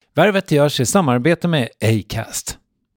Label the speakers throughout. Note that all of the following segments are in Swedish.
Speaker 1: Värvet görs i samarbete med Acast.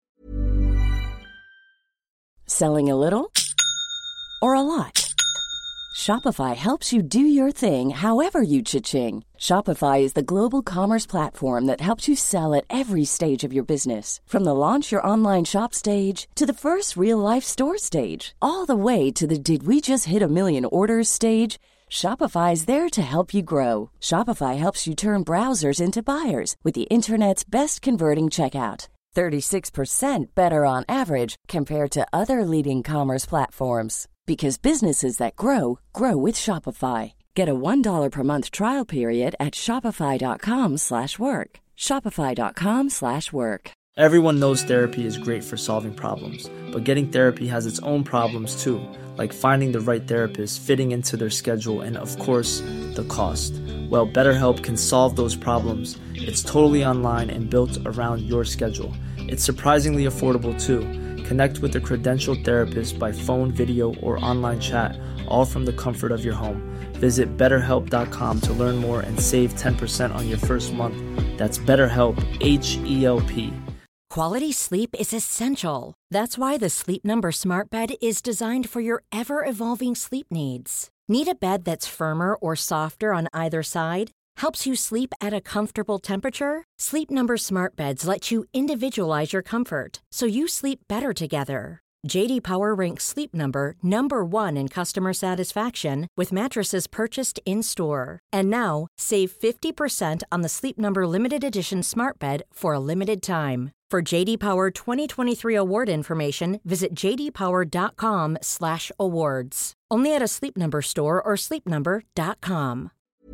Speaker 2: Selling a little or a lot? Shopify helps you do your thing however you cha-ching. Shopify is the global commerce platform that helps you sell at every stage of your business. From the launch your online shop stage to the first real-life store stage, all the way to the did we just hit a million orders stage. Shopify is there to help you grow. Shopify helps you turn browsers into buyers with the internet's best converting checkout. 36% better on average compared to other leading commerce platforms. Because businesses that grow, grow with Shopify. Get a $1 per month trial period at shopify.com/work. Shopify.com/work.
Speaker 3: Everyone knows therapy is great for solving problems, but getting therapy has its own problems too, like finding the right therapist, fitting into their schedule, and of course, the cost. Well, BetterHelp can solve those problems. It's totally online and built around your schedule. It's surprisingly affordable too. Connect with a credentialed therapist by phone, video, or online chat, all from the comfort of your home. Visit BetterHelp.com to learn more and save 10% on your first month. That's BetterHelp, H-E-L-P.
Speaker 4: Quality sleep is essential. That's why the Sleep Number Smart Bed is designed for your ever-evolving sleep needs. Need a bed that's firmer or softer on either side? Helps you sleep at a comfortable temperature? Sleep Number Smart Beds let you individualize your comfort, so you sleep better together. J.D. Power ranks Sleep Number #1 in customer satisfaction with mattresses purchased in-store. And now, save 50% on the Sleep Number Limited Edition Smart Bed for a limited time. For J.D. Power 2023 award information, visit jdpower.com/awards. Only at a Sleep Number store or sleepnumber.com.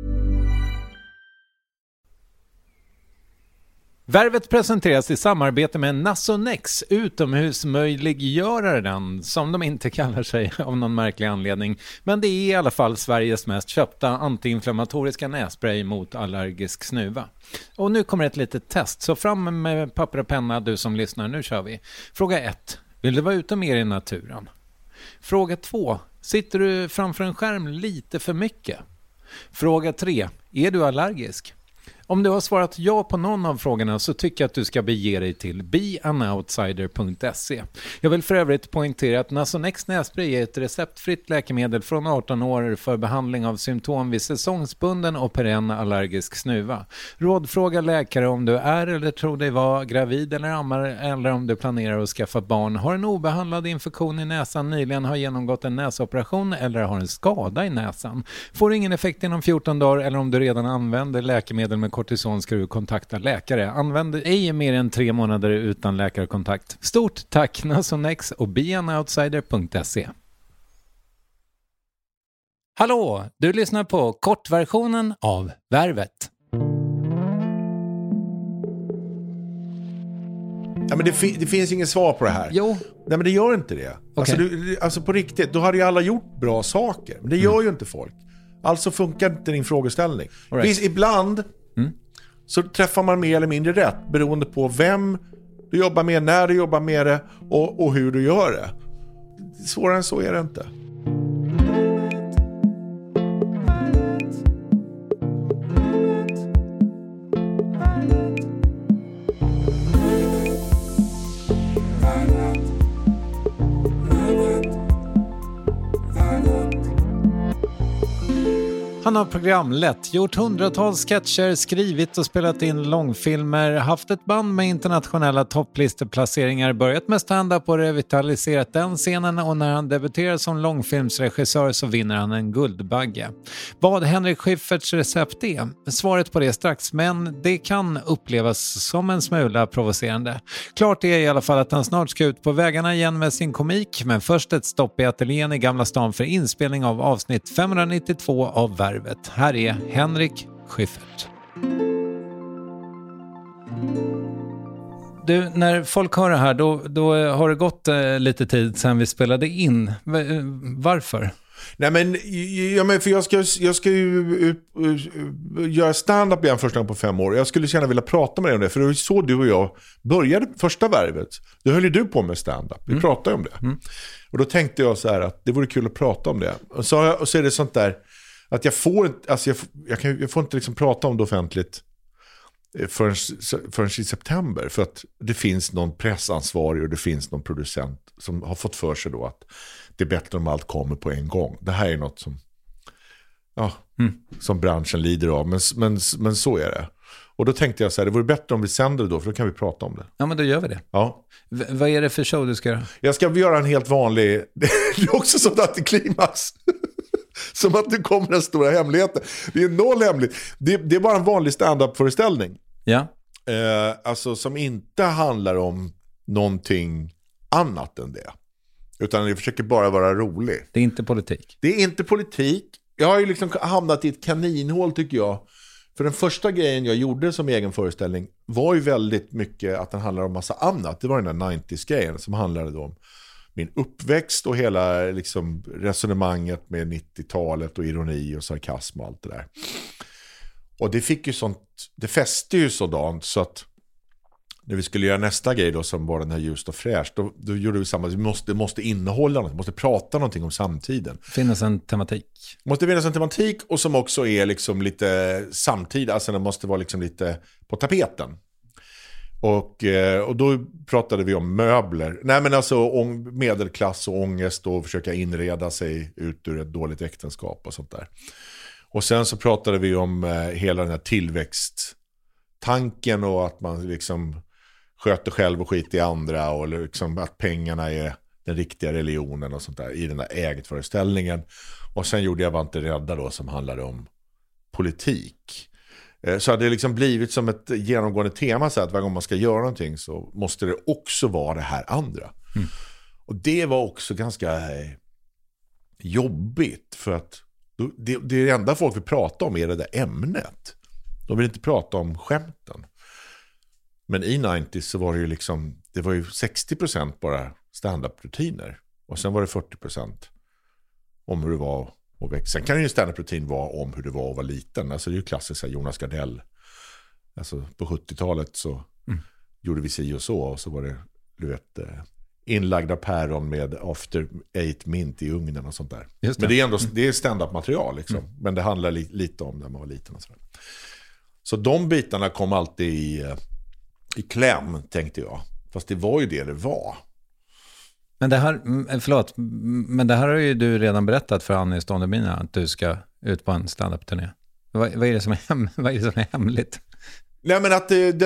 Speaker 1: Värvet presenteras i samarbete med Nasonex, utomhusmöjliggöraren, som de inte kallar sig av någon märklig anledning. Men det är i alla fall Sveriges mest köpta antiinflammatoriska nässpray mot allergisk snuva. Och nu kommer ett litet test, så fram med papper och penna du som lyssnar, nu kör vi. Fråga 1. Vill du vara ute mer i naturen? Fråga 2. Sitter du framför en skärm lite för mycket? Fråga 3. Är du allergisk? Om du har svarat ja på någon av frågorna så tycker jag att du ska bege dig till beanoutsider.se. Jag vill för övrigt poängtera att Nasonex nässpray är ett receptfritt läkemedel från 18 år för behandling av symptom vid säsongsbunden och perenn allergisk snuva. Rådfråga läkare om du är eller tror dig vara gravid eller ammar, eller om du planerar att skaffa barn, har en obehandlad infektion i näsan, nyligen har genomgått en näsoperation eller har en skada i näsan. Får ingen effekt inom 14 dagar eller om du redan använder läkemedel med kortison ska du kontakta läkare. Använd ej mer än 3 månader utan läkarkontakt. Stort tack Nasonex och beanoutsider.se. Hallå, du lyssnar på kortversionen av Värvet.
Speaker 5: Ja, men det finns ingen svar på det här.
Speaker 1: Jo.
Speaker 5: Nej, men det gör inte det.
Speaker 1: Okay.
Speaker 5: Alltså på riktigt, då hade ju alla gjort bra saker. Men det gör ju inte folk. Alltså funkar inte din frågeställning. Right. Finns ibland så träffar man mer eller mindre rätt beroende på vem du jobbar med, när du jobbar med det och hur du gör det. Svårare än så är det inte.
Speaker 1: Han har programlett, gjort hundratals sketcher, skrivit och spelat in långfilmer, haft ett band med internationella topplisteplaceringar, börjat med stand-up och revitaliserat den scenen, och när han debuterar som långfilmsregissör så vinner han en Guldbagge. Vad Henrik Schyfferts recept är? Svaret på det strax, men det kan upplevas som en smula provocerande. Klart är i alla fall att han snart ska ut på vägarna igen med sin komik, men först ett stopp i ateljén i Gamla stan för inspelning av avsnitt 592 av Värvet. Här är Henrik Schyffert. Du, när folk hör det här då har det gått lite tid sedan vi spelade in. Varför?
Speaker 5: Nej, men för jag ska ju göra stand-up igen första gången på 5 år. Jag skulle gärna vilja prata med dig om det, för det var så du och jag började första Värvet. Då höll ju du på med stand-up. Vi pratade om det. Och då tänkte jag så här att det vore kul att prata om det. Och så är det sånt där att jag får inte liksom prata om det offentligt förrän i september. För att det finns någon pressansvarig och det finns någon producent som har fått för sig då att det är bättre om allt kommer på en gång. Det här är något som branschen lider av. Men så är det. Och då tänkte jag så här, det vore bättre om vi sänder det då, för då kan vi prata om det.
Speaker 1: Ja, men då gör vi det.
Speaker 5: Ja.
Speaker 1: Vad är det för show du ska göra?
Speaker 5: Jag ska göra en helt vanlig... Det är också som att det klimax. Som att det kommer den stora hemligheten. Det är noll hemligt. Det är bara en vanlig stand-up-föreställning.
Speaker 1: Ja.
Speaker 5: Alltså som inte handlar om någonting annat än det. Utan det försöker bara vara rolig.
Speaker 1: Det är inte politik.
Speaker 5: Det är inte politik. Jag har ju liksom hamnat i ett kaninhål, tycker jag. För den första grejen jag gjorde som egen föreställning var ju väldigt mycket att den handlar om massa annat. Det var den där 90s-grejen som handlade om min uppväxt och hela liksom resonemanget med 90-talet och ironi och sarkasm och allt det där. Och det fick ju sånt, det fäste ju sådant så att när vi skulle göra nästa grej då som var den här Ljust och fräscht, då gjorde vi samma. Vi måste innehålla något, måste prata någonting om samtiden.
Speaker 1: Finns en tematik.
Speaker 5: Måste finnas en tematik och som också är liksom lite samtida, alltså den måste vara liksom lite på tapeten. Och då pratade vi om möbler. Nej, men alltså medelklass och ångest och försöka inreda sig ut ur ett dåligt äktenskap och sånt där. Och sen så pratade vi om hela den här tillväxttanken och att man liksom sköter själv och skit i andra och liksom att pengarna är den riktiga religionen och sånt där i den där ägtföreställningen. Och sen gjorde jag Var inte rädda då som handlade om politik. Så hade det liksom blivit som ett genomgående tema så att varje gång man ska göra någonting så måste det också vara det här andra. Mm. Och det var också ganska jobbigt för att det enda folk vill prata om är det där ämnet. De vill inte prata om skämten. Men i 90s så var det ju liksom, det var ju 60% bara stand-up-rutiner. Och sen var det 40% om hur det var och växa. Sen kan ju stand-up-rutin vara om hur det var att vara liten. Alltså det är ju klassiskt Jonas Gardell. Alltså på 70-talet så gjorde vi si och så var det, du vet, inlagda päron med after 8 mint i ugnen och sånt där. Men det är ändå det är stand-up-material liksom. Men det handlar lite om när man var liten och sådär. Så de bitarna kom alltid i kläm, tänkte jag. Fast det var ju det var.
Speaker 1: Men det här, men det här har ju du redan berättat för Annie Ståndemina att du ska ut på en stand-up-turné. Vad är det som är hemligt?
Speaker 5: Nej, men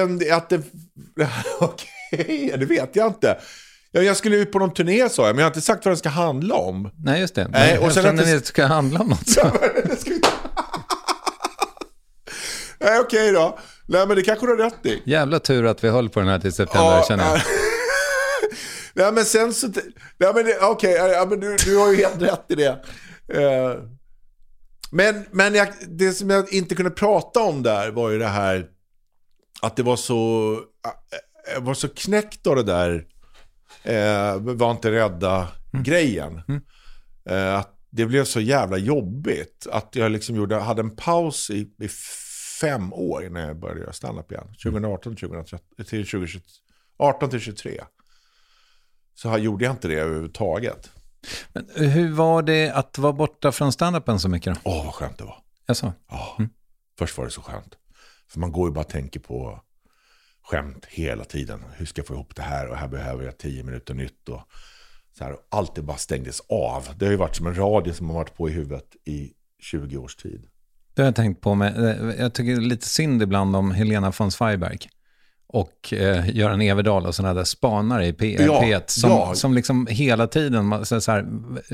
Speaker 5: okej, det vet jag inte. Jag skulle ut på någon turné, sa jag, men jag har inte sagt vad den ska handla om.
Speaker 1: Nej, just det. Nej, och sen att det ska handla om något.
Speaker 5: Nej, okej då. Nej, men det kanske du har rätt i.
Speaker 1: Jävla tur att vi höll på den här till september, känner jag.
Speaker 5: Nej, men sen så... Nej, men okej, men du har ju helt rätt i det. Men det som jag inte kunde prata om där var ju det här att det var så... Jag var så knäckt av det där var inte rädda grejen. Att det blev så jävla jobbigt att jag liksom hade en paus i 5 år innan jag började göra stand-up igen. 2018 till 2023. Så gjorde jag inte det överhuvudtaget.
Speaker 1: Men hur var det att vara borta från stand-upen så mycket då?
Speaker 5: Vad skönt det var.
Speaker 1: Jaså?
Speaker 5: Ja, först var det så skönt. För man går ju bara och tänker på skämt hela tiden. Hur ska jag få ihop det här? Och här behöver jag 10 minuter nytt. Och så här, och allt det bara stängdes av. Det har ju varit som en radio som har varit på i huvudet i 20 års tid.
Speaker 1: Det har jag tänkt på med. Jag tycker lite synd ibland om Helena von Zweigbergk och Göran Everdahl och sådana där spanare i P1 som liksom hela tiden så här,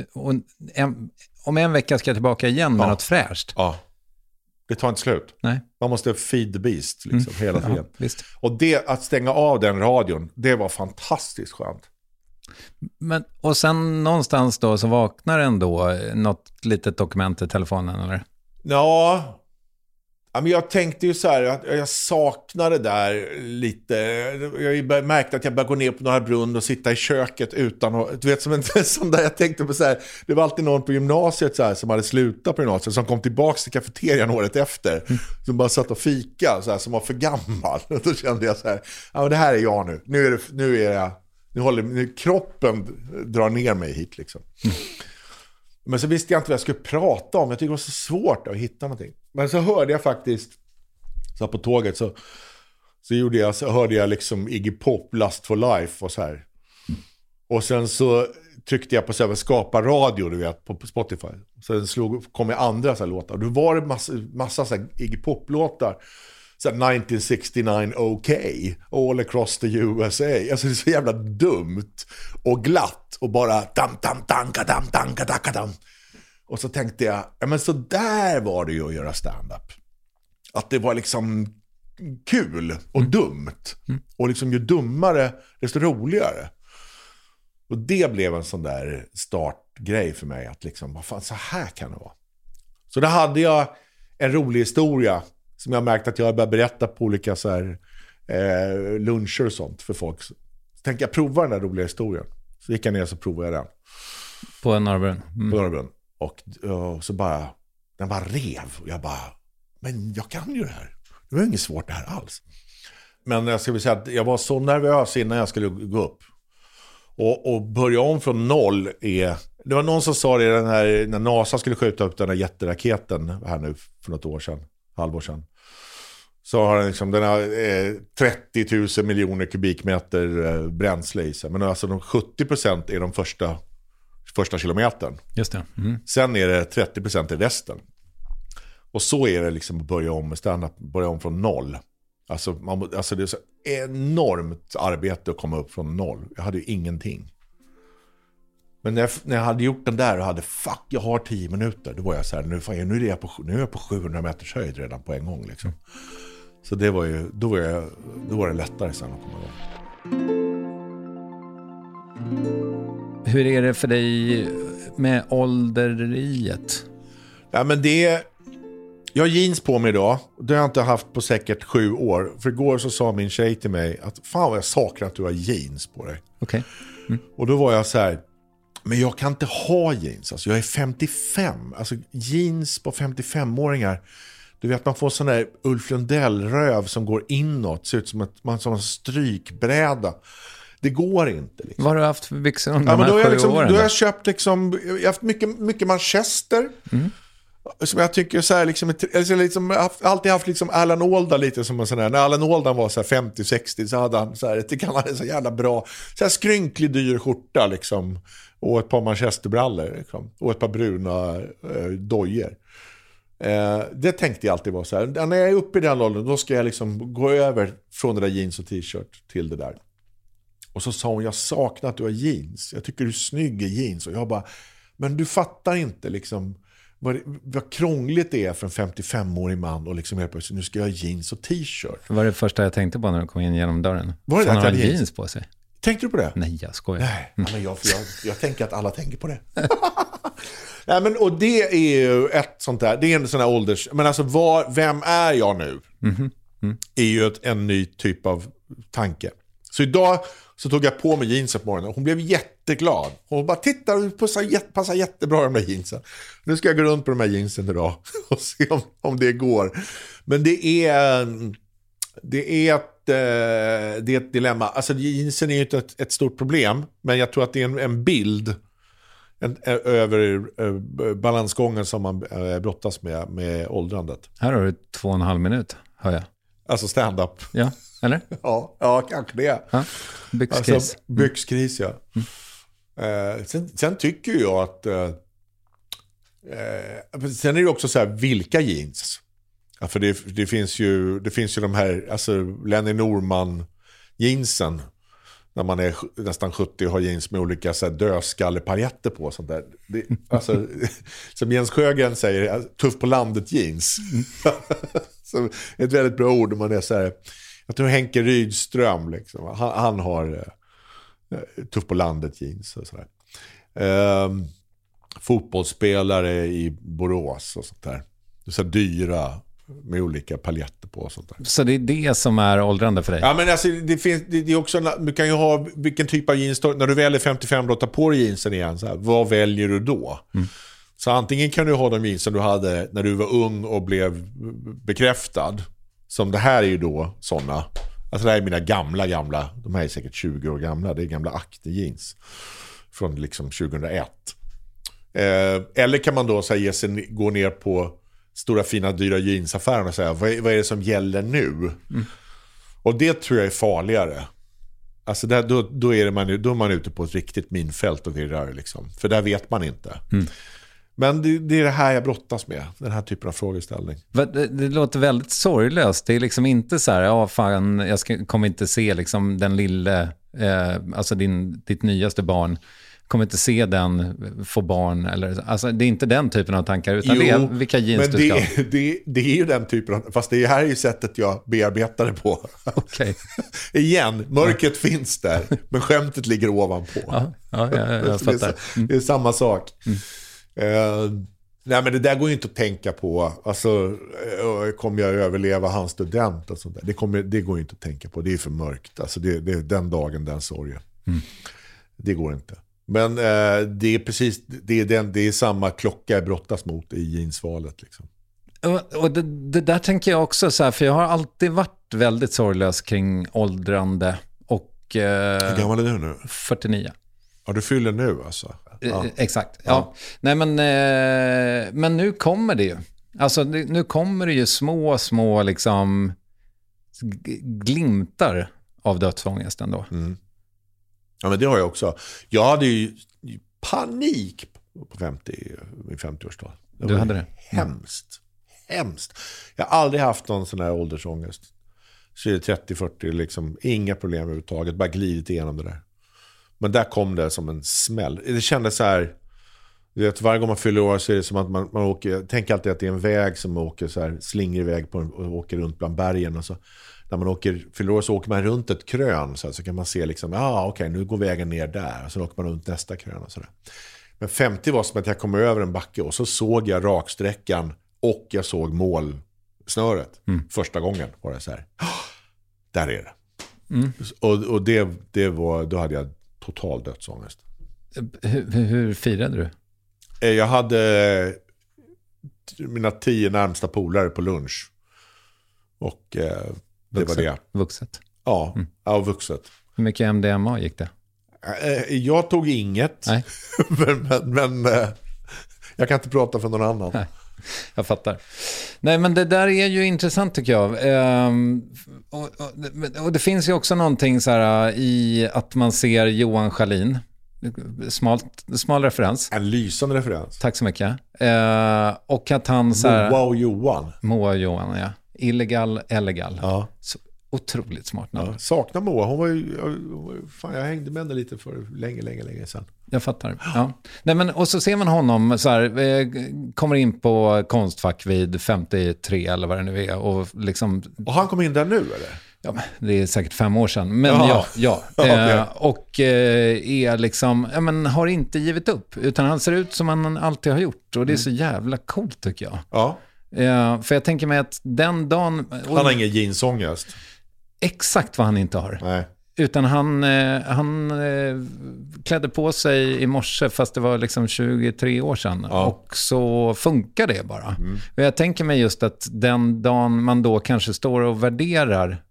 Speaker 1: om en vecka ska jag tillbaka igen med något fräscht.
Speaker 5: Ja. Det tar inte slut.
Speaker 1: Nej.
Speaker 5: Man måste feed the beast liksom, hela tiden.
Speaker 1: Ja, visst.
Speaker 5: Och det, att stänga av den radion, det var fantastiskt skönt.
Speaker 1: Men, och sen någonstans då så vaknar ändå något litet dokument i telefonen, eller?
Speaker 5: Ja, men jag tänkte ju så här att jag saknade där lite. Jag märkte att jag började gå ner på några brunn och sitta i köket utan att, du vet, som där jag tänkte på så här, det var alltid någon på gymnasiet så här, som hade slutat på gymnasiet som kom tillbaka till kafeterian året efter, som bara satt och fika så här, som var för gammal. Och då kände jag så här, ja, men det här är jag nu. Nu kroppen drar ner mig hit liksom. Men så visste jag inte vad jag skulle prata om. Jag tycker det var så svårt att hitta någonting. Men så hörde jag faktiskt, så på tåget så Så hörde jag liksom Iggy Pop, Lust for Life och så här. Och sen så tryckte jag på så här, skapa radio, du vet, på Spotify. Sen kom jag andra så här låtar. Och då var det massa så här Iggy Pop-låtar. Så här 1969 OK, All Across the USA. Alltså det är så jävla dumt och glatt och bara dam. Och så tänkte jag, ja men så där var det ju att göra stand-up. Att det var liksom kul och dumt. Och liksom ju dummare, desto roligare. Och det blev en sån där startgrej för mig. Att liksom, vad fan, så här kan det vara. Så då hade jag en rolig historia som jag märkt att jag började berätta på olika så här, luncher och sånt för folk. Så tänkte jag prova den där roliga historien. Så gick jag ner och så provade jag den.
Speaker 1: På Norrbrunn.
Speaker 5: På Norrbrunn. Och så bara, den bara rev. Och jag bara, men jag kan ju det här. Det var inget svårt det här alls. Men jag ska väl säga att jag var så nervös innan jag skulle gå upp. Och börja om från noll det var någon som sa det den här, när NASA skulle skjuta upp den här jätteraketen här nu för något år sedan, halvår sedan. Så har den liksom, den har 30 000 miljoner kubikmeter bränsle i sig. Men alltså de 70% är de första kilometern.
Speaker 1: Just det.
Speaker 5: Sen är det 30% i resten. Och så är det liksom att börja om med stand-up, börja om från noll. Alltså det är så enormt arbete att komma upp från noll. Jag hade ju ingenting. Men när jag hade gjort den där och hade jag har 10 minuter, då var jag så här, nu är jag på 700 meters höjd redan på en gång liksom. Så det var ju då var det lättare sen att komma igång.
Speaker 1: Hur är det för dig med ålderiet?
Speaker 5: Ja men jag har jeans på mig idag. Det har jag inte haft på säkert 7 år. För igår så sa min tjej till mig att fan vad jag saknar att du har jeans på dig.
Speaker 1: Okej.
Speaker 5: Och då var jag så här, men jag kan inte ha jeans. Alltså jag är 55. Alltså jeans på 55-åringar. Du vet man får sån där Ulf Lundell-röv som går inåt. Ser ut som en strykbräda. Det går inte. Liksom.
Speaker 1: Vad har du haft för byxor under
Speaker 5: de här
Speaker 1: 7 åren?
Speaker 5: Då har jag köpt liksom, jag har haft mycket manchester. Som jag tycker så här liksom alltid haft liksom Alan Alda lite som en sån här. När Alan Alda var så här 50-60 så hade han så här, det kan vara så jävla bra så här skrynklig dyr skjorta liksom och ett par manchesterbrallor liksom, och ett par bruna dojor. Det tänkte jag alltid var så här, när jag är uppe i den åldern då ska jag liksom gå över från det där jeans och t-shirt till det där. Och så sa hon, jag saknar att du har jeans. Jag tycker du är snygg i jeans. Och jag bara, men du fattar inte liksom vad krångligt det är för en 55-årig man och liksom helt plötsligt, nu ska jag ha jeans och t-shirt.
Speaker 1: Vad var det första jag tänkte på när du kom in genom dörren?
Speaker 5: Var det
Speaker 1: att han har jeans på sig?
Speaker 5: Tänkte du på det?
Speaker 1: Nej, jag skojar.
Speaker 5: Nej, men jag tänker att alla tänker på det. Nej, men och det är ju ett sånt där, det är en sån här ålders, men alltså vem är jag nu? Är ju en ny typ av tanke. Så idag så tog jag på mig jeansen på morgonen och hon blev jätteglad. Hon bara, titta, du passar jättebra de här jeansen. Nu ska jag gå runt på de här jeansen idag och se om det går. Men det är ett dilemma. Alltså jeansen är ju inte ett stort problem, men jag tror att det är en bild över balansgången som man brottas med åldrandet.
Speaker 1: Här har du 2,5 minut, hör jag.
Speaker 5: Alltså stand-up.
Speaker 1: Ja, eller?
Speaker 5: Ja, kanske det.
Speaker 1: Ja. Byxkris.
Speaker 5: Alltså, byxkris, ja. Sen tycker jag att sen är det också så här, vilka jeans? Ja, för det finns ju de här, alltså Lenny Norman jeansen när man är nästan 70 och har jeans med olika så här dödskallepaljetter på och sånt där. Alltså, som Jens Sjögren säger, tuff på landet jeans. Så ett väldigt bra ord om man är så här. Jag tror Henke Rydström liksom, han har tuff på landet jeans och sådär. Fotbollsspelare i Borås och sånt där. Det är så dyra med olika paljetter på och sånt där.
Speaker 1: Så det är det som är åldrande för dig?
Speaker 5: Ja, men alltså det är också, du kan ju ha vilken typ av jeans, när du väl är 55 då tar på dig jeansen igen så här, vad väljer du då? Så antingen kan du ha de jeansen du hade när du var ung och blev bekräftad, som det här är ju då sådana. Alltså det här är mina gamla, de här är säkert 20 år gamla, det är gamla Acne jeans från liksom 2001. Eller kan man då så här, gå ner på stora fina dyra jeansaffärer och säga, vad är det som gäller nu? Och det tror jag är farligare. Alltså där, då är man ute på ett riktigt minfält och virrar liksom. För där vet man inte. Men det är det här jag brottas med. Den här typen av frågeställning.
Speaker 1: Det låter väldigt sorglöst. Det är liksom inte så här, jag kommer inte se liksom den lille, alltså ditt nyaste barn. Kommer inte se den få barn. Eller, alltså det är inte den typen av tankar, utan det är vilka jeans
Speaker 5: men
Speaker 1: du ska ha.
Speaker 5: Det är ju den typen av, fast det här är ju sättet jag bearbetar det på.
Speaker 1: Okej.
Speaker 5: Igen, mörkret finns där, men skämtet ligger ovanpå.
Speaker 1: Jag fattar.
Speaker 5: Det är samma sak. Nej, men det där går ju inte att tänka på. Alltså, kommer jag överleva hans student och sånt där? Det går ju inte att tänka på. Det är för mörkt. Alltså, det är den dagen, den sorgen. Det går inte. Men det är precis det är samma klocka jag brottas mot i jeansvalet liksom.
Speaker 1: Och det där tänker jag också så här, för jag har alltid varit väldigt sorglös kring åldrande och
Speaker 5: hur gammal är du nu?
Speaker 1: 49.
Speaker 5: Ja, du fyller nu alltså. Ja.
Speaker 1: Exakt. Ja. Nej, men nu kommer det ju. Alltså nu kommer det ju små liksom glimtar av dödsångesten då.
Speaker 5: Ja, men det har jag också. Jag hade ju panik på 50-årsdag.
Speaker 1: Du hade det?
Speaker 5: Hemskt. Jag har aldrig haft någon sån här åldersångest. Så är det 30-40 liksom, inga problem överhuvudtaget. Bara glidit igenom det där. Men där kom det som en smäll. Det kändes så här, varje gång man fyller år så är det som att man åker, jag tänker alltid att det är en väg som åker så här, slingrig väg på och åker runt bland bergen och så. När man fyller år så åker man runt ett krön så kan man se liksom, okej, nu går vägen ner där och så åker man runt nästa krön och sådär. Men 50 var som att jag kom över en backe och så såg jag raksträckan och jag såg målsnöret. Första gången var det så här, där är det. Och det var, då hade jag total dödsångest.
Speaker 1: Hur firade du?
Speaker 5: Jag hade mina 10 närmsta polare på lunch. Och det var det.
Speaker 1: Vuxet?
Speaker 5: Ja, vuxet.
Speaker 1: Hur mycket MDMA gick det?
Speaker 5: Jag tog inget. Nej. men jag kan inte prata för någon annan.
Speaker 1: Nej, jag fattar. Nej, men det där är ju intressant tycker jag. Och det finns ju också någonting så här i att man ser Johan Schalin. Smal referens.
Speaker 5: En lysande referens.
Speaker 1: Tack så mycket. Och att han så här...
Speaker 5: Moa och
Speaker 1: Johan, ja. Illegal.
Speaker 5: Ja.
Speaker 1: Så otroligt smart namn.
Speaker 5: Ja, saknar Moa. Hon var ju fan, jag hängde med henne lite för länge sedan.
Speaker 1: Jag fattar. Ja. Nej, men, och så ser man honom så här, kommer in på Konstfack vid 53 eller vad det nu är. Och, liksom,
Speaker 5: och han kom in där nu eller?
Speaker 1: Ja, det är säkert 5 år sedan. Men ja. Okay. Och är liksom, har inte givit upp. Utan han ser ut som han alltid har gjort. Och det är så jävla coolt tycker jag.
Speaker 5: Ja.
Speaker 1: För jag tänker mig att den dagen...
Speaker 5: Han har ingen jeansångest.
Speaker 1: Exakt vad han inte har.
Speaker 5: Nej.
Speaker 1: Utan han klädde på sig i morse fast det var liksom 23 år sedan. Ja. Och så funkar det bara. Och jag tänker mig just att den dagen man då kanske står och värderar.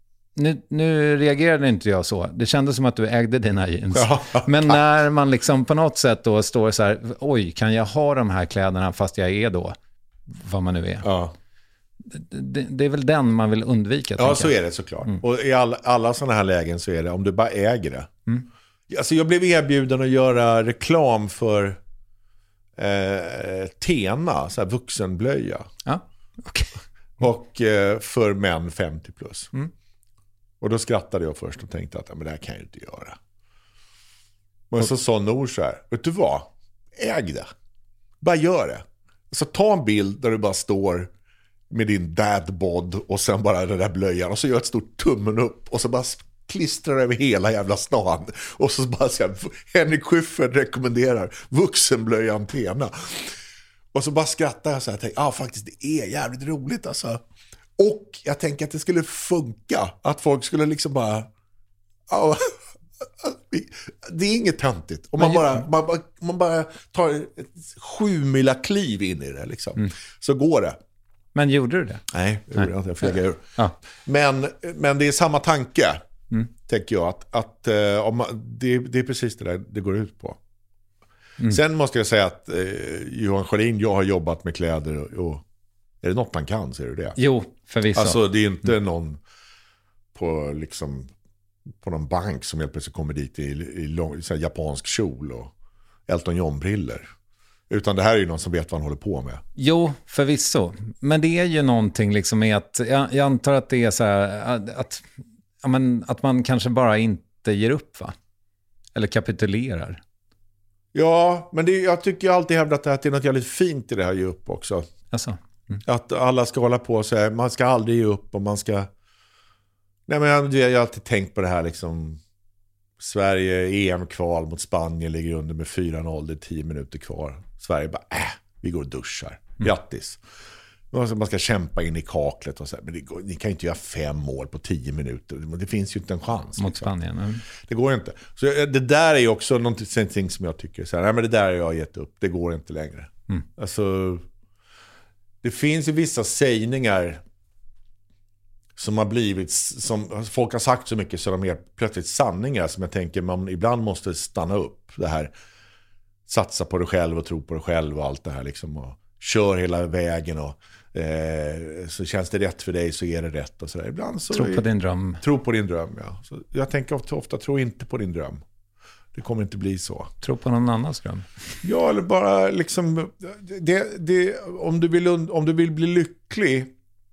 Speaker 1: Nu reagerade inte jag så. Det kändes som att du ägde dina jeans. Ja. Men när man liksom på något sätt då står så här, oj, kan jag ha de här kläderna fast jag är då vad man nu är.
Speaker 5: Ja.
Speaker 1: Det är väl den man vill undvika.
Speaker 5: Ja, så är det såklart. Och i alla sådana här lägen så är det, om du bara äger det. Alltså jag blev erbjuden att göra reklam för Tena, så här vuxenblöja.
Speaker 1: Ja, okej.
Speaker 5: Och för män 50 plus. Och då skrattade jag först och tänkte att men det här kan jag inte göra. Men så sa Nor så här, vet du vad? Äg det. Bara gör det. Så ta en bild där du bara står med din dadbod och sen bara den där blöjan och så gör ett stort tummen upp och så bara klistrar över hela jävla stan och så bara säger Henrik Schyffert rekommenderar vuxenblöjan Tena. Och så bara skrattar jag så här, tänker, faktiskt det är jävligt roligt alltså. Och jag tänker att det skulle funka, att folk skulle liksom bara det är inget töntigt. Och man bara tar ett 7-mila kliv in i det liksom. Så går det.
Speaker 1: Men gjorde du det?
Speaker 5: Nej, jag flög ur. Ja. Men det är samma tanke, tänker jag. Att det är precis det där det går ut på. Sen måste jag säga att Johan Schalin, jag har jobbat med kläder och är det något han kan så är det det.
Speaker 1: Jo, förvisso.
Speaker 5: Alltså det är inte någon på liksom på någon bank som helt plötsligt kommer dit i lång, så här japansk kjol och Elton John-briller. Utan det här är ju någon som vet vad han håller på med.
Speaker 1: Jo, förvisso. Men det är ju någonting liksom med att, jag antar att det är så här, att man kanske bara inte ger upp, va? Eller kapitulerar.
Speaker 5: Ja, men jag tycker jag alltid hävdat att det är något jävligt fint i det här ge upp också.
Speaker 1: Alltså.
Speaker 5: Att alla ska hålla på och säga, man ska aldrig ge upp och man ska... Nej, men jag har alltid tänkt på det här liksom, Sverige EM-kval mot Spanien ligger under med 4-0, det är 10 minuter kvar. Sverige bara, vi går och duschar. Grattis. Man ska kämpa in i kaklet och så här, men ni kan ju inte göra 5 mål på 10 minuter. Det finns ju inte en chans.
Speaker 1: Mot Spanien.
Speaker 5: Det går inte. Så det där är ju också någonting som jag tycker så här, nej, men det där har jag gett upp. Det går inte längre. Alltså, det finns ju vissa sägningar som har blivit, som folk har sagt så mycket så de är plötsligt sanningar som jag tänker man ibland måste stanna upp. Det här, satsa på dig själv och tro på dig själv och allt det här liksom, och kör hela vägen och så känns det rätt för dig så är det rätt och sådär. Ibland så
Speaker 1: tro på din dröm.
Speaker 5: Tro på din dröm, ja. Så jag tänker ofta tro inte på din dröm. Det kommer inte bli så.
Speaker 1: Tro på någon annans dröm.
Speaker 5: Ja, eller bara liksom om du vill bli lycklig,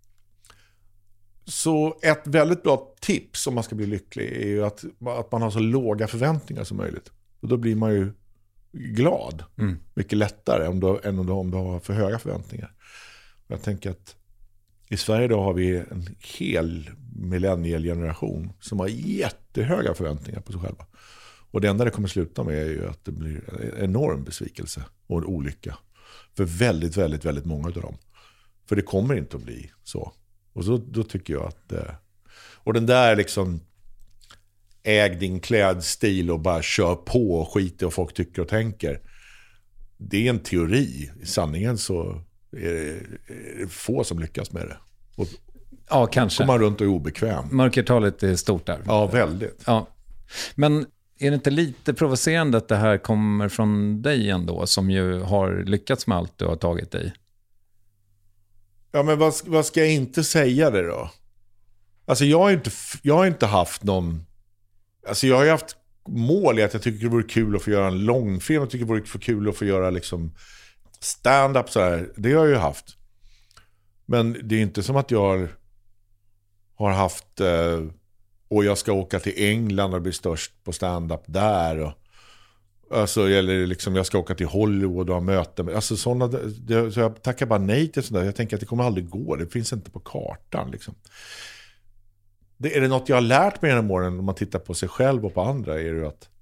Speaker 5: så ett väldigt bra tips om man ska bli lycklig är ju att man har så låga förväntningar som möjligt. Och då blir man ju glad. Mycket lättare än om du har för höga förväntningar. Jag tänker att i Sverige då har vi en hel millennialgeneration som har jättehöga förväntningar på sig själva. Och det enda det kommer sluta med är ju att det blir en enorm besvikelse och en olycka. För väldigt, väldigt, väldigt många av dem. För det kommer inte att bli så. Och då tycker jag att... Och den där liksom... Äg din klädstil och bara kör på och skit och folk tycker och tänker. Det är en teori. I sanningen så är det få som lyckas med det. Och
Speaker 1: ja, kanske.
Speaker 5: Kommer man runt och är obekväm.
Speaker 1: Mörkertalet är stort där.
Speaker 5: Ja, väldigt.
Speaker 1: Ja. Men är det inte lite provocerande att det här kommer från dig ändå, som ju har lyckats med allt du har tagit dig?
Speaker 5: Ja, men vad ska jag inte säga det då? Alltså jag har inte haft någon... Alltså jag har ju haft mål i att jag tycker det vore kul att få göra en långfilm. Jag tycker det vore för kul att få göra liksom stand-up så här. Det har jag ju haft. Men det är inte som att jag har haft... och jag ska åka till England och bli störst på stand-up där. Och, alltså, eller liksom jag ska åka till Hollywood och ha möten. Alltså sådana... Så jag tackar bara nej till sådär. Jag tänker att det kommer aldrig gå. Det finns inte på kartan liksom. Är det något jag har lärt mig genom åren om man tittar på sig själv och på andra, är det att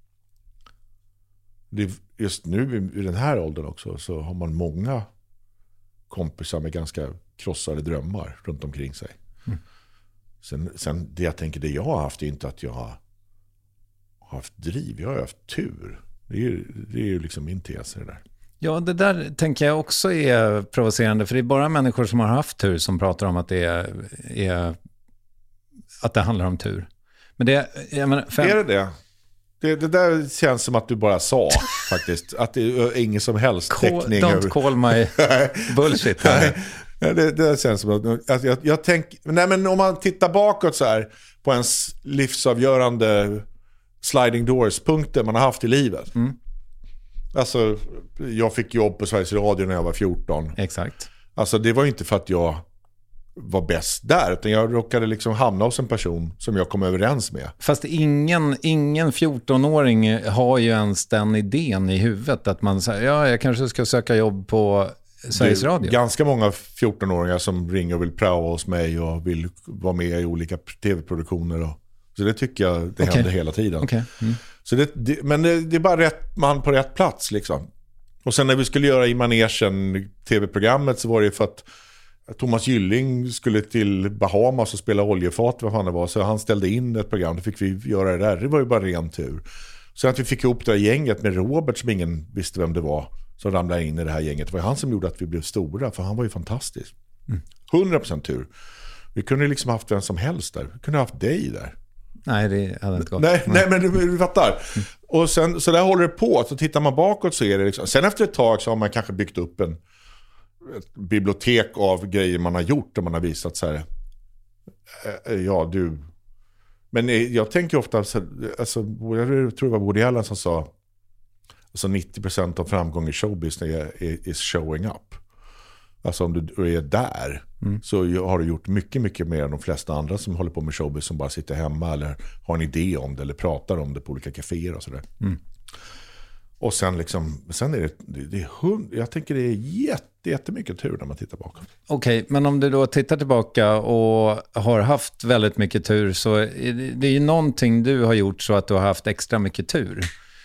Speaker 5: just nu i den här åldern också så har man många kompisar med ganska krossade drömmar runt omkring sig. Sen det jag tänker, det jag har haft är inte att jag har haft driv, jag har haft tur. Det är ju liksom min tes i det där.
Speaker 1: Ja, det där tänker jag också är provocerande, för det är bara människor som har haft tur som pratar om att det är att det handlar om tur. Men det
Speaker 5: är det? Det där känns som att du bara sa faktiskt. Att det är ingen som helst täckning.
Speaker 1: Don't call my bullshit här.
Speaker 5: Det känns som att jag tänker... Nej, men om man tittar bakåt så här på ens livsavgörande sliding doors-punkter man har haft i livet. Alltså, jag fick jobb på Sveriges Radio när jag var 14.
Speaker 1: Exakt.
Speaker 5: Alltså, det var ju inte för att jag var bäst där, utan jag råkade liksom hamna hos en person som jag kom överens med.
Speaker 1: Fast ingen 14-åring har ju ens den idén i huvudet att man säger, ja, jag kanske ska söka jobb på Sveriges Radio.
Speaker 5: Ganska många 14-åringar som ringer och vill praoa hos mig och vill vara med i olika tv-produktioner. Så det tycker jag det händer hela tiden.
Speaker 1: Okay.
Speaker 5: Så men det är bara rätt man på rätt plats liksom. Och sen när vi skulle göra i manegen tv-programmet så var det för att Thomas Gylling skulle till Bahamas och spela oljefat, vad fan det var. Så han ställde in ett program, då fick vi göra det där. Det var ju bara ren tur. Så att vi fick ihop det här gänget med Robert som ingen visste vem det var, som ramlade in i det här gänget. Det var han som gjorde att vi blev stora, för han var ju fantastisk. 100% tur. Vi kunde liksom haft vem som helst där. Vi kunde haft dig där.
Speaker 1: Nej, det hade inte gått.
Speaker 5: Nej, men du fattar. Och sen, så där håller det på. Så tittar man bakåt så är det liksom... Sen efter ett tag så har man kanske byggt upp ett bibliotek av grejer man har gjort och man har visat så här, ja, du Men jag tänker ofta, alltså, jag tror det var Woody Allen som sa, alltså 90% av framgång i showbusiness är showing up. Alltså om du är där så har du gjort mycket, mycket mer än de flesta andra som håller på med showbusiness, som bara sitter hemma eller har en idé om det eller pratar om det på olika kaféer och sådär. Och sen är det jag tänker det är jättemycket tur när man tittar bakom.
Speaker 1: Okej, men om du då tittar tillbaka och har haft väldigt mycket tur, så är det ju någonting du har gjort så att du har haft extra mycket tur.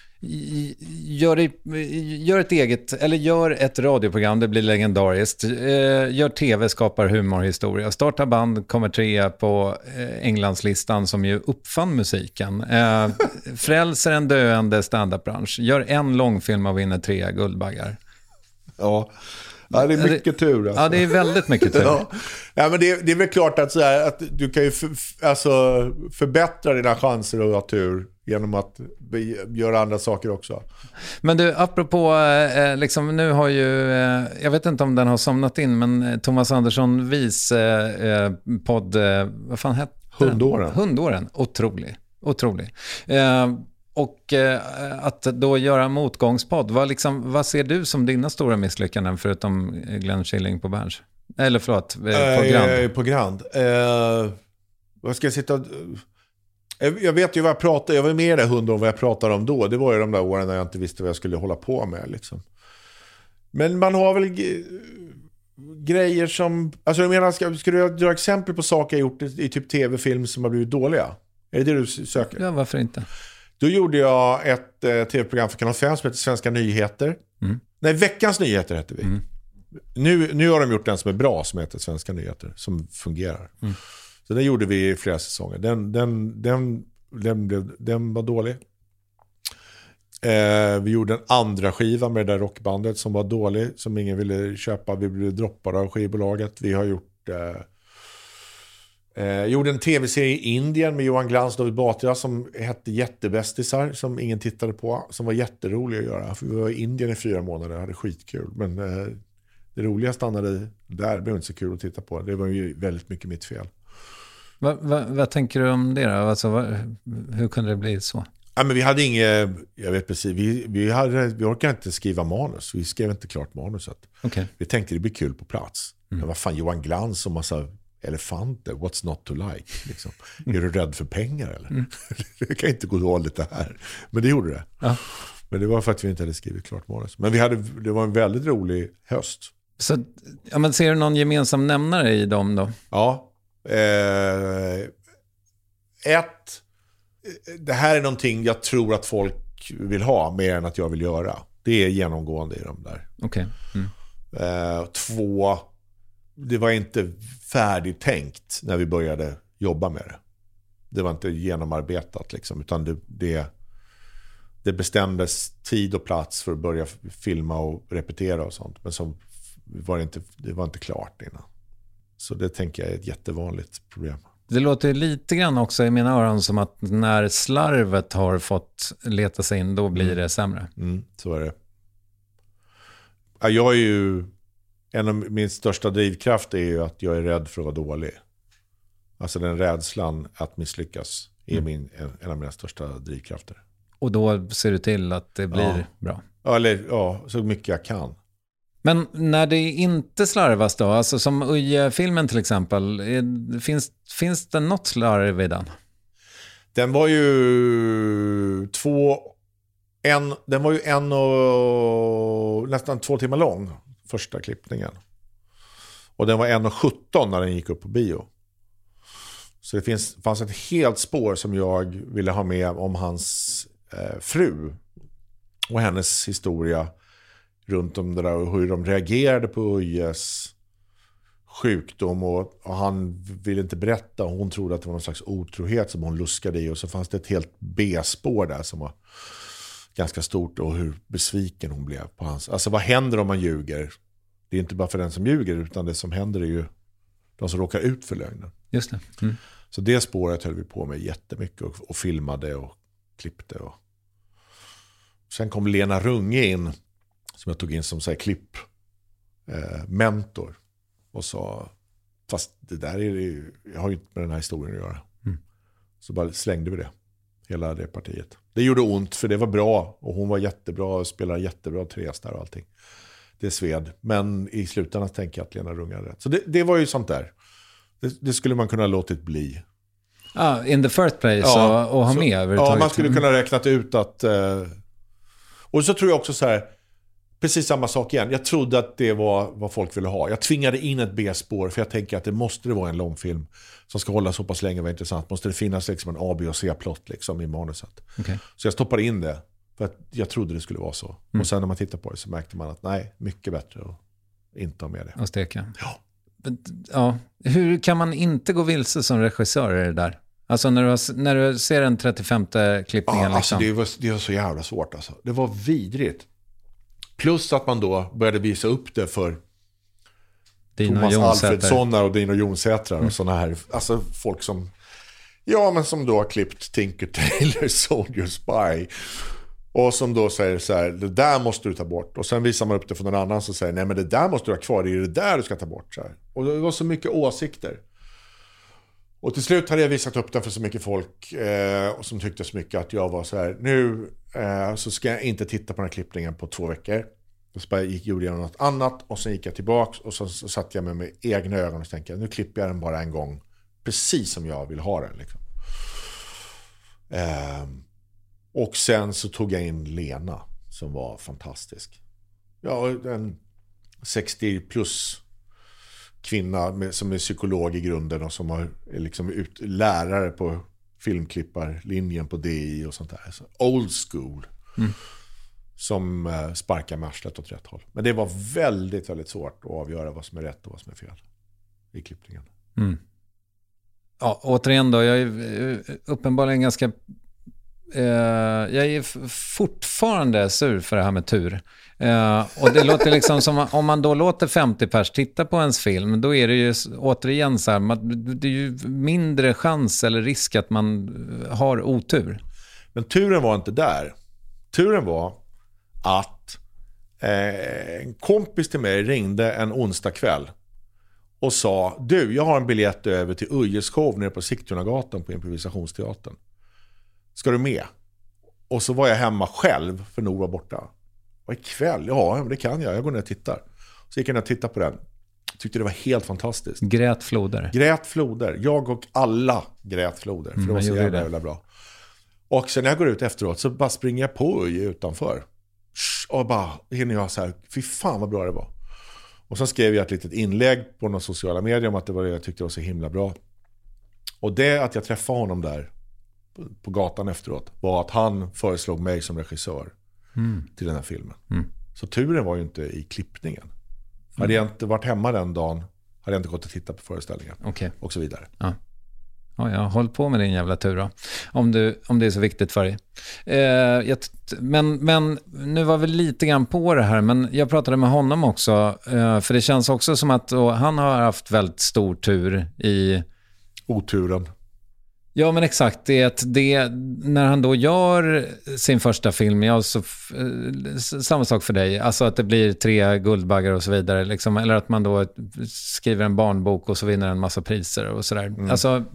Speaker 1: Gör ett eget, eller gör ett radioprogram, det blir legendariskt. Gör tv, skapar humorhistoria. Starta band, kommer 3 på Englandslistan som ju uppfann musiken. Frälser en döende stand-up-bransch. Gör en långfilm och vinner 3 Guldbaggar.
Speaker 5: Ja, det är mycket tur. Alltså.
Speaker 1: Ja, det är väldigt mycket tur.
Speaker 5: Ja, men det är väl klart att, så här, att du kan ju förbättra dina chanser att ha tur genom att göra andra saker också. Men
Speaker 1: du, apropå, liksom, nu har ju, jag vet inte om den har somnat in, men Thomas Andersson Vis podd, vad fan hette
Speaker 5: den?
Speaker 1: Hundåren, otrolig. Och att då göra motgångspodd, vad ser du som dina stora misslyckanden förutom Glenn Killing på Berns? Eller förlåt, på Grand.
Speaker 5: På Grand. Vad ska jag sitta... Jag vet ju vad jag pratar. Jag var med i det 100 år vad jag pratade om då. Det var ju de där åren när jag inte visste vad jag skulle hålla på med. Liksom. Men man har väl grejer som... Alltså jag menar, ska du dra exempel på saker jag gjort i typ tv-film som har blivit dåliga? Är det du söker?
Speaker 1: Ja, varför inte?
Speaker 5: Då gjorde jag ett tv-program för Kanal 5 som heter Svenska Nyheter. Nej, Veckans Nyheter heter vi. Nu har de gjort den som är bra, som heter Svenska Nyheter, som fungerar. Så den gjorde vi i flera säsonger. Den var dålig. Vi gjorde en andra skiva med det där rockbandet som var dålig, som ingen ville köpa. Vi blev droppade av skivbolaget. Vi har gjorde en tv-serie i Indien med Johan Glans och David Batra som hette Jättebästisar, som ingen tittade på, som var jätterolig att göra. För vi var i Indien i 4 månader och hade skitkul. Men det roliga stannade där, det blev inte så kul att titta på. Det var ju väldigt mycket mitt fel.
Speaker 1: Vad tänker du om det då? Alltså, hur kunde det bli så?
Speaker 5: Ja, men vi hade inget, jag vet precis, vi orkade inte skriva manus. Vi skrev inte klart manuset.
Speaker 1: Okay.
Speaker 5: Vi tänkte det blir kul på plats. Men vad fan, Johan Glans och massa elefanter, what's not to like? Liksom. Är du rädd för pengar eller? Det kan inte gå dåligt det här. Men det gjorde det. Ja. Men det var för att vi inte hade skrivit klart manus. Men det var en väldigt rolig höst.
Speaker 1: Så, ja, men ser du någon gemensam nämnare i dem då?
Speaker 5: Ja. Det här är någonting jag tror att folk vill ha mer än att jag vill göra. Det är genomgående i de där.
Speaker 1: Okay.
Speaker 5: 2, det var inte färdigtänkt när vi började jobba med det. Det var inte genomarbetat liksom, utan det bestämdes tid och plats för att börja filma och repetera och sånt. Men så var det var inte klart innan. Så det tänker jag är ett jättevanligt problem.
Speaker 1: Det låter lite grann också i mina öron som att när slarvet har fått leta sig in, då blir det sämre.
Speaker 5: Så är det. Ja, jag är ju... En av min största drivkraft är ju att jag är rädd för att vara dålig. Alltså den rädslan att misslyckas är en av mina största drivkrafter.
Speaker 1: Och då ser du till att det blir bra?
Speaker 5: Ja, så mycket jag kan.
Speaker 1: Men när det inte slarvas då, alltså som Uje-filmen till exempel, finns det något slarv i den?
Speaker 5: Den var ju nästan 2 timmar lång, första klippningen. Och den var 1:17 när den gick upp på bio. Så det fanns ett helt spår som jag ville ha med om hans fru och hennes historia runt om det där och hur de reagerade på Ujes sjukdom och han ville inte berätta. Hon trodde att det var någon slags otrohet som hon luskade i och så fanns det ett helt B-spår där som var ganska stort och hur besviken hon blev på hans. Alltså vad händer om man ljuger? Det är inte bara för den som ljuger utan det som händer är ju de som råkar ut för lögnen.
Speaker 1: Just det.
Speaker 5: Så det spåret höll vi på med jättemycket och filmade och klippte. Sen kom Lena Runge in som jag tog in som så här klipp mentor och sa fast det där jag har ju inte med den här historien att göra. Så bara slängde vi det. Hela det partiet. Det gjorde ont för det var bra. Och hon var jättebra och spelade jättebra Therese där och allting. Det sved. Men i slutändan tänker jag att Lena Rung hade rätt. Så det var ju sånt där. Det skulle man kunna ha låtit bli.
Speaker 1: In the first place och ha med överhuvudtaget.
Speaker 5: Ja, man skulle kunna räknat ut att... och så tror jag också så här... Precis samma sak igen. Jag trodde att det var vad folk ville ha. Jag tvingade in ett B-spår för jag tänker att det måste vara en långfilm som ska hålla så pass länge och vara intressant. Måste det finnas liksom en A, B och C-plott liksom i manuset.
Speaker 1: Okay.
Speaker 5: Så jag stoppade in det för att jag trodde det skulle vara så. Och sen när man tittar på det så märkte man att nej, mycket bättre att inte ha med det.
Speaker 1: Och steka.
Speaker 5: Ja.
Speaker 1: Ja. Hur kan man inte gå vilse som regissör i det där? Alltså när du ser den 35:e klippningen.
Speaker 5: Ja, alltså det var så jävla svårt alltså. Det var vidrigt. Plus att man då började visa upp det för
Speaker 1: Dino
Speaker 5: Thomas
Speaker 1: Jonsäter.
Speaker 5: Alfredsson och Dino Jonsäter och sådana här, alltså folk som men som då har klippt Tinker Tailor Soldier Spy och som då säger så här, det där måste du ta bort, och sen visar man upp det för någon annan som säger, nej men det där måste du ha kvar, det är det där du ska ta bort så här. Och det var så mycket åsikter. Och till slut hade jag visat upp den för så mycket folk och som tyckte så mycket att jag var så här, nu så ska jag inte titta på den här klippningen på 2 veckor. Så gjorde jag något annat och sen gick jag tillbaks och så satt jag med egna ögon och tänkte, nu klipper jag den bara en gång precis som jag vill ha den liksom. Och sen så tog jag in Lena som var fantastisk. Ja, en 60 plus kvinna som är psykolog i grunden och som är liksom lärare på filmklipparlinjen på DI och sånt där. Så old school. Som sparkar med arslet åt rätt håll. Men det var väldigt, väldigt svårt att avgöra vad som är rätt och vad som är fel i klippningen.
Speaker 1: Ja, återigen då, jag är uppenbarligen ganska... jag är fortfarande sur för det här med tur. Och det låter liksom som om man då låter 50 pers titta på ens film, då är det ju återigen så här, det är ju mindre chans eller risk att man har otur. Men
Speaker 5: turen var inte där. Turen var att en kompis till mig ringde en onsdag kväll och sa, du, jag har en biljett över till Ujeskov nere på Sigtunagatan på improvisationsteatern. Ska du med? Och så var jag hemma själv för Nor var borta. Och ikväll, ja det kan jag går ner och tittar. Så gick jag ner och tittade på den. Tyckte det var helt fantastiskt.
Speaker 1: Grät floder.
Speaker 5: Jag och alla grät floder. För det var så jävla bra. Och sen när jag går ut efteråt så bara springer jag på utanför. Och bara hinner jag så här, fy fan vad bra det var. Och sen skrev jag ett litet inlägg på några sociala medier om att det var det jag tyckte var så himla bra. Och det att jag träffade honom där på gatan efteråt var att han föreslog mig som regissör till den här filmen. Så turen var ju inte i klippningen. Hade jag inte varit hemma den dagen hade jag inte gått och tittat på föreställningen. Och så vidare.
Speaker 1: Ja, jag håll på med din jävla tur då. Om det är så viktigt för dig. Men nu var vi lite grann på det här, men jag pratade med honom också, för det känns också som att han har haft väldigt stor tur i
Speaker 5: oturen.
Speaker 1: Ja, men exakt. Det när han då gör sin första film, samma sak för dig. Alltså att det blir 3 Guldbaggar och så vidare. Liksom, eller att man då skriver en barnbok och så vinner en massa priser och sådär. Alltså,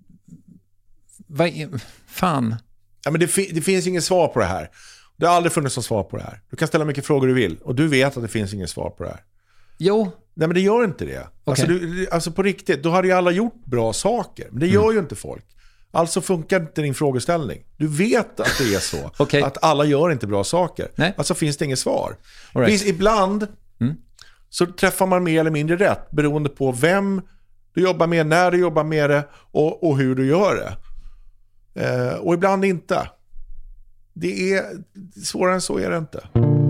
Speaker 1: fan. Ja,
Speaker 5: men det finns ingen svar på det här. Det har aldrig funnits något svar på det här. Du kan ställa mycket frågor du vill. Och du vet att det finns ingen svar på det här.
Speaker 1: Jo.
Speaker 5: Nej, men det gör inte det. Okay. Alltså på riktigt, då hade ju alla gjort bra saker. Men det gör ju inte folk. Alltså funkar inte din frågeställning. Du vet att det är så.
Speaker 1: Okay.
Speaker 5: Att alla gör inte bra saker.
Speaker 1: Nej.
Speaker 5: Alltså finns det inget svar.
Speaker 1: Right.
Speaker 5: Finns ibland så träffar man mer eller mindre rätt beroende på vem du jobbar med, när du jobbar med det och hur du gör det. Och ibland inte. Det är svårare än så är det inte.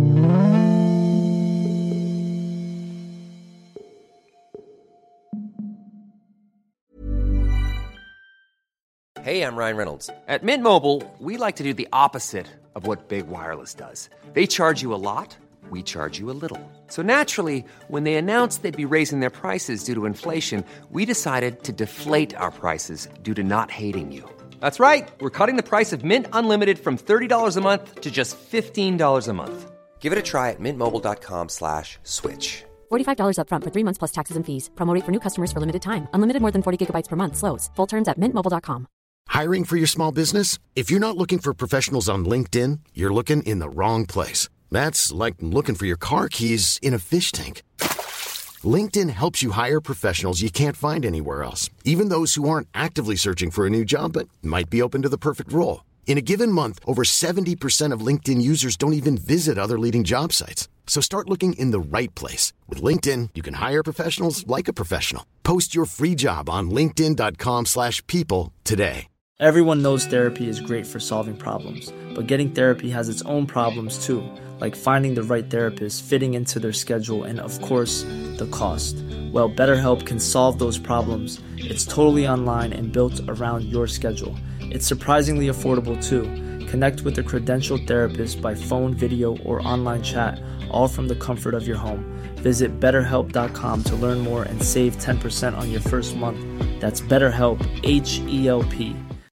Speaker 6: Hey, I'm Ryan Reynolds. At Mint Mobile, we like to do the opposite of what Big Wireless does. They charge you a lot, we charge you a little. So naturally, when they announced they'd be raising their prices due to inflation, we decided to deflate our prices due to not hating you. That's right. We're cutting the price of Mint Unlimited from $30 a month to just $15 a month. Give it a try at mintmobile.com/switch.
Speaker 7: $45 up front for 3 months plus taxes and fees. Promo rate for new customers for limited time. Unlimited more than 40 gigabytes per month slows. Full terms at mintmobile.com. Hiring for your small business? If you're not looking for professionals on LinkedIn, you're looking in the wrong place. That's like looking for your car keys in a fish tank. LinkedIn helps you hire professionals you can't find anywhere else, even those who aren't actively searching for a new job but might be open to the perfect role. In a given month, over 70% of LinkedIn users don't even visit other leading job sites. So start looking in the right place. With LinkedIn, you can hire professionals like a professional. Post your free job on linkedin.com/people today.
Speaker 3: Everyone knows therapy is great for solving problems, but getting therapy has its own problems too, like finding the right therapist, fitting into their schedule, and of course, the cost. Well, BetterHelp can solve those problems. It's totally online and built around your schedule. It's surprisingly affordable too. Connect with a credentialed therapist by phone, video, or online chat, all from the comfort of your home. Visit BetterHelp.com to learn more and save 10% on your first month. That's BetterHelp, H-E-L-P.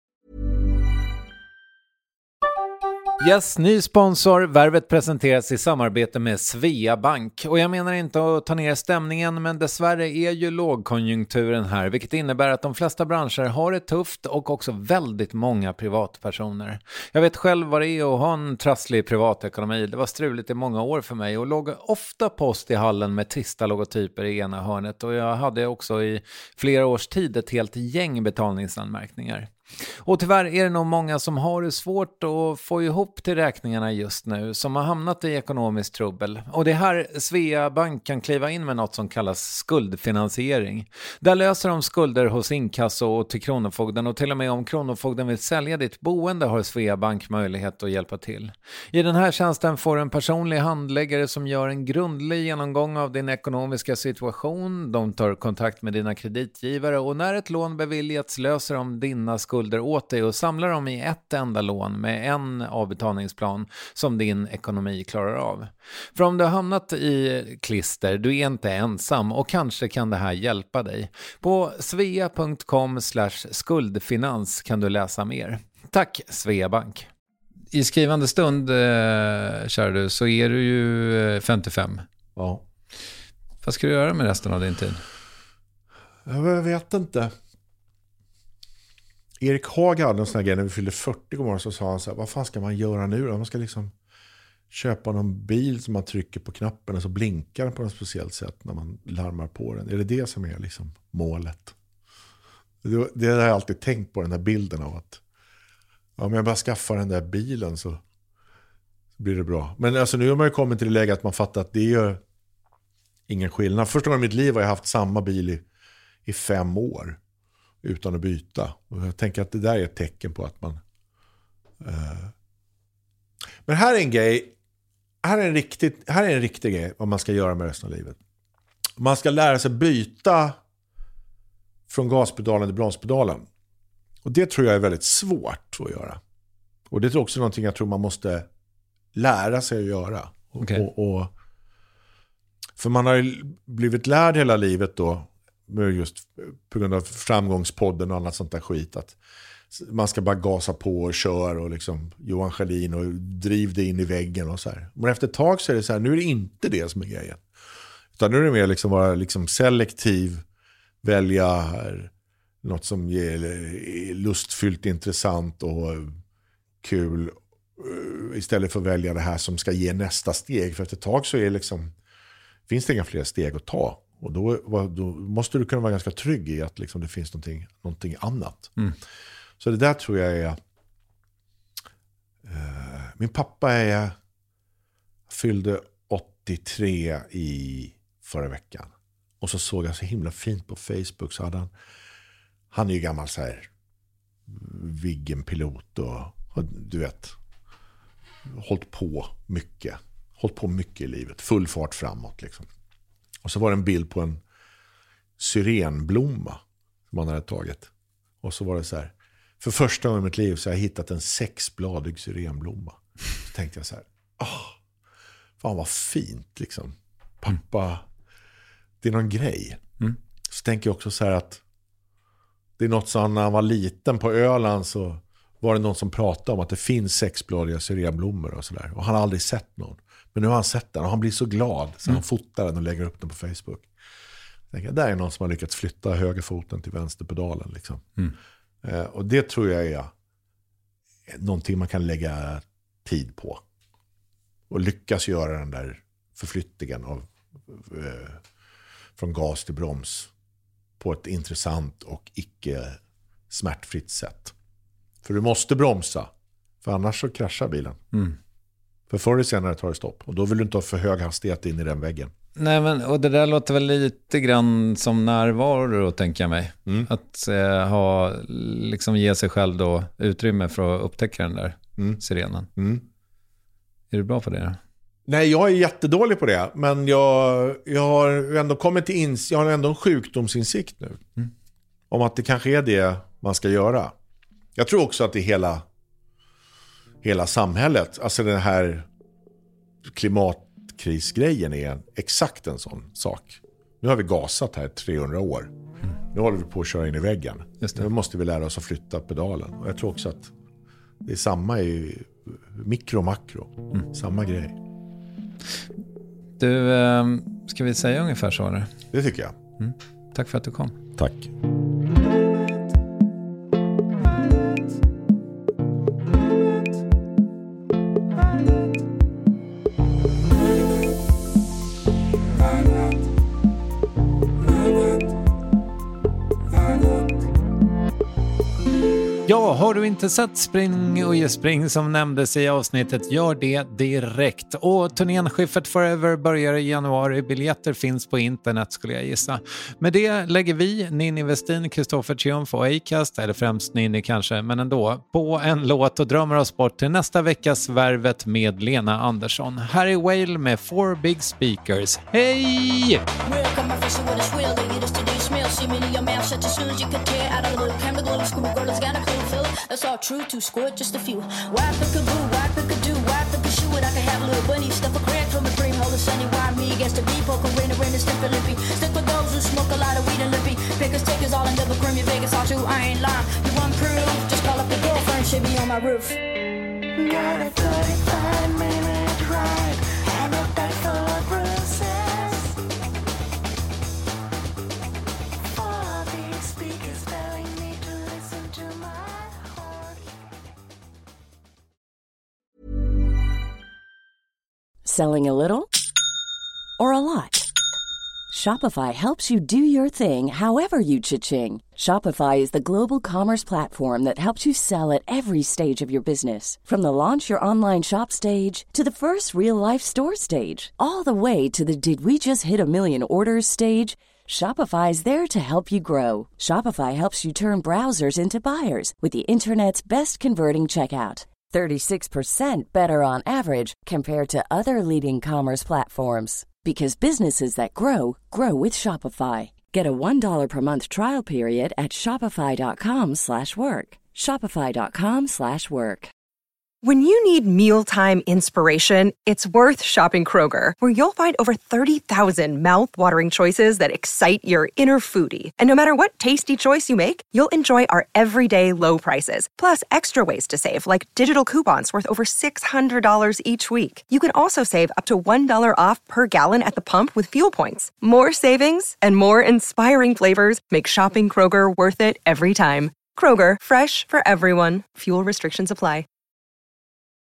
Speaker 1: Yes, ny sponsor. Värvet presenteras i samarbete med Svea Bank. Och jag menar inte att ta ner stämningen, men dessvärre är ju lågkonjunkturen här, vilket innebär att de flesta branscher har det tufft och också väldigt många privatpersoner. Jag vet själv vad det är att ha en trasslig privatekonomi. Det var struligt i många år för mig och låg ofta post i hallen med trista logotyper i ena hörnet. Och jag hade också i flera års tid ett helt gäng betalningsanmärkningar. Och tyvärr är det nog många som har det svårt att få ihop till räkningarna just nu, som har hamnat i ekonomiskt trubbel. Och det här Svea Bank kan kliva in med något som kallas skuldfinansiering. Där löser de skulder hos inkasso och till Kronofogden, och till och med om Kronofogden vill sälja ditt boende har Svea Bank möjlighet att hjälpa till. I den här tjänsten får du en personlig handläggare som gör en grundlig genomgång av din ekonomiska situation. De tar kontakt med dina kreditgivare och när ett lån beviljats löser de dina skulder åt dig och samlar dem i ett enda lån med en avbetalningsplan som din ekonomi klarar av. För om du har hamnat i klister, du är inte ensam och kanske kan det här hjälpa dig. På svea.com/skuldfinans kan du läsa mer. Tack Svea Bank. I skrivande stund, kära du, så är du ju 55.
Speaker 5: Ja.
Speaker 1: Vad ska du göra med resten av din tid?
Speaker 5: Jag vet inte. Erik Haag hade en sån här grej när vi fyllde 40 år, så sa han så här: vad fan ska man göra nu då? Man ska liksom köpa någon bil som man trycker på knappen och så blinkar den på något speciellt sätt när man larmar på den. Är det som är liksom målet? Det har jag alltid tänkt på, den här bilden av att om jag bara skaffar den där bilen så blir det bra. Men alltså nu har man ju kommit till det läget att man fattar att det gör ingen skillnad. Första gången i mitt liv har jag haft samma bil i 5 år. Utan att byta. Och jag tänker att det där är ett tecken på att man... Men här är en grej. Här är en riktig grej vad man ska göra med resten av livet. Man ska lära sig byta från gaspedalen till bromspedalen. Och det tror jag är väldigt svårt att göra. Och det är också någonting jag tror man måste lära sig att göra.
Speaker 1: Okay.
Speaker 5: För man har ju blivit lärd hela livet då, just på grund av framgångspodden och annat sånt där skit, att man ska bara gasa på och köra och liksom Johan Schelin och driv det in i väggen och så här. Men efter ett tag så är det så här, nu är det inte det som är grejen. Utan nu är det mer liksom vara liksom selektiv, välja något som är lustfyllt, intressant och kul istället för att välja det här som ska ge nästa steg. För efter ett tag så är liksom, finns det inga fler steg att ta. Och då måste du kunna vara ganska trygg i att liksom det finns någonting annat. Mm. Så det där tror jag är... min pappa fyllde 83 i förra veckan. Och så såg jag så himla fint på Facebook, så hade han är ju gammal så här Viggen-pilot och du vet, hållit på mycket i livet, full fart framåt liksom. Och så var det en bild på en syrenblomma som han hade tagit. Och så var det så här, för första gången i mitt liv så har jag hittat en 6-bladig syrenblomma. Så tänkte jag så här, fan vad fint liksom. Pappa, det är någon grej. Mm. Så tänker jag också så här att det är något som när han var liten på Öland så var det någon som pratade om att det finns 6-bladiga syrenblommor och sådär. Och han har aldrig sett någon. Men nu har han sett den och han blir så glad så han fotar den och lägger upp den på Facebook. Jag tänker, där är någon som har lyckats flytta högerfoten till vänsterpedalen liksom. Och det tror jag är någonting man kan lägga tid på. Och lyckas göra den där förflyttningen från gas till broms på ett intressant och icke smärtfritt sätt. För du måste bromsa, för annars så kraschar bilen. För förr eller senare tar det stopp. Och då vill du inte ha för hög hastighet in i den väggen.
Speaker 1: Nej, men och det där låter väl lite grann som närvaro, tänker jag mig. Att liksom ge sig själv då utrymme för att upptäcka den där sirenen. Är du bra på det?
Speaker 5: Nej, jag är jättedålig på det. Men jag har ändå kommit till jag har ändå en sjukdomsinsikt nu. Om att det kanske är det man ska göra. Jag tror också att det är hela samhället. Alltså den här klimatkrisgrejen är exakt en sån sak. Nu har vi gasat här 300 år. Nu håller vi på att köra in i väggen. Nu måste vi lära oss att flytta pedalen. Och jag tror också att det är samma i mikro och makro. Samma grej.
Speaker 1: Du, ska vi säga ungefär så? Eller?
Speaker 5: Det tycker jag.
Speaker 1: Tack för att du kom.
Speaker 5: Tack.
Speaker 1: Ja, har du inte sett Spring och ge spring som nämndes i avsnittet, gör det direkt. Och turnén Schyffert Forever börjar i januari. Biljetter finns på internet, skulle jag gissa. Med det lägger vi, Ninni Westin, Kristoffer Triumf och Acast, eller främst Ninni kanske, men ändå, på en låt och drömmer oss bort till nästa veckas Värvet med Lena Andersson. Här är Whale med 4 Big Speakers. Hej!
Speaker 8: That's all true, to score just a few. Why pick a boo, why pick a do, why pick a shoe, and I can have a little bunny stuff a crack from a cream hole of sunny. Why me against the people, can rain and stick a lippy. Stick with those who smoke a lot of weed and lippy. Pickers, takers, all in double cream, you Vegas, all true, I ain't lying. You want proof, just call up the girlfriend, she be on my roof. Got a 35-minute ride, and a bag full of bruises. All these speakers telling me to listen to my
Speaker 2: Selling a little or a lot? Shopify helps you do your thing however you cha-ching. Shopify is the global commerce platform that helps you sell at every stage of your business. From the launch your online shop stage to the first real-life store stage, all the way to the did we just hit a million orders stage. Shopify is there to help you grow. Shopify helps you turn browsers into buyers with the internet's best converting checkout. 36% better on average compared to other leading commerce platforms. Because businesses that grow, grow with Shopify. Get a $1 per month trial period at shopify.com/work. Shopify.com/work.
Speaker 9: When you need mealtime inspiration, it's worth shopping Kroger, where you'll find over 30,000 mouth-watering choices that excite your inner foodie. And no matter what tasty choice you make, you'll enjoy our everyday low prices, plus extra ways to save, like digital coupons worth over $600 each week. You can also save up to $1 off per gallon at the pump with fuel points. More savings and more inspiring flavors make shopping Kroger worth it every time. Kroger, fresh for everyone. Fuel restrictions apply.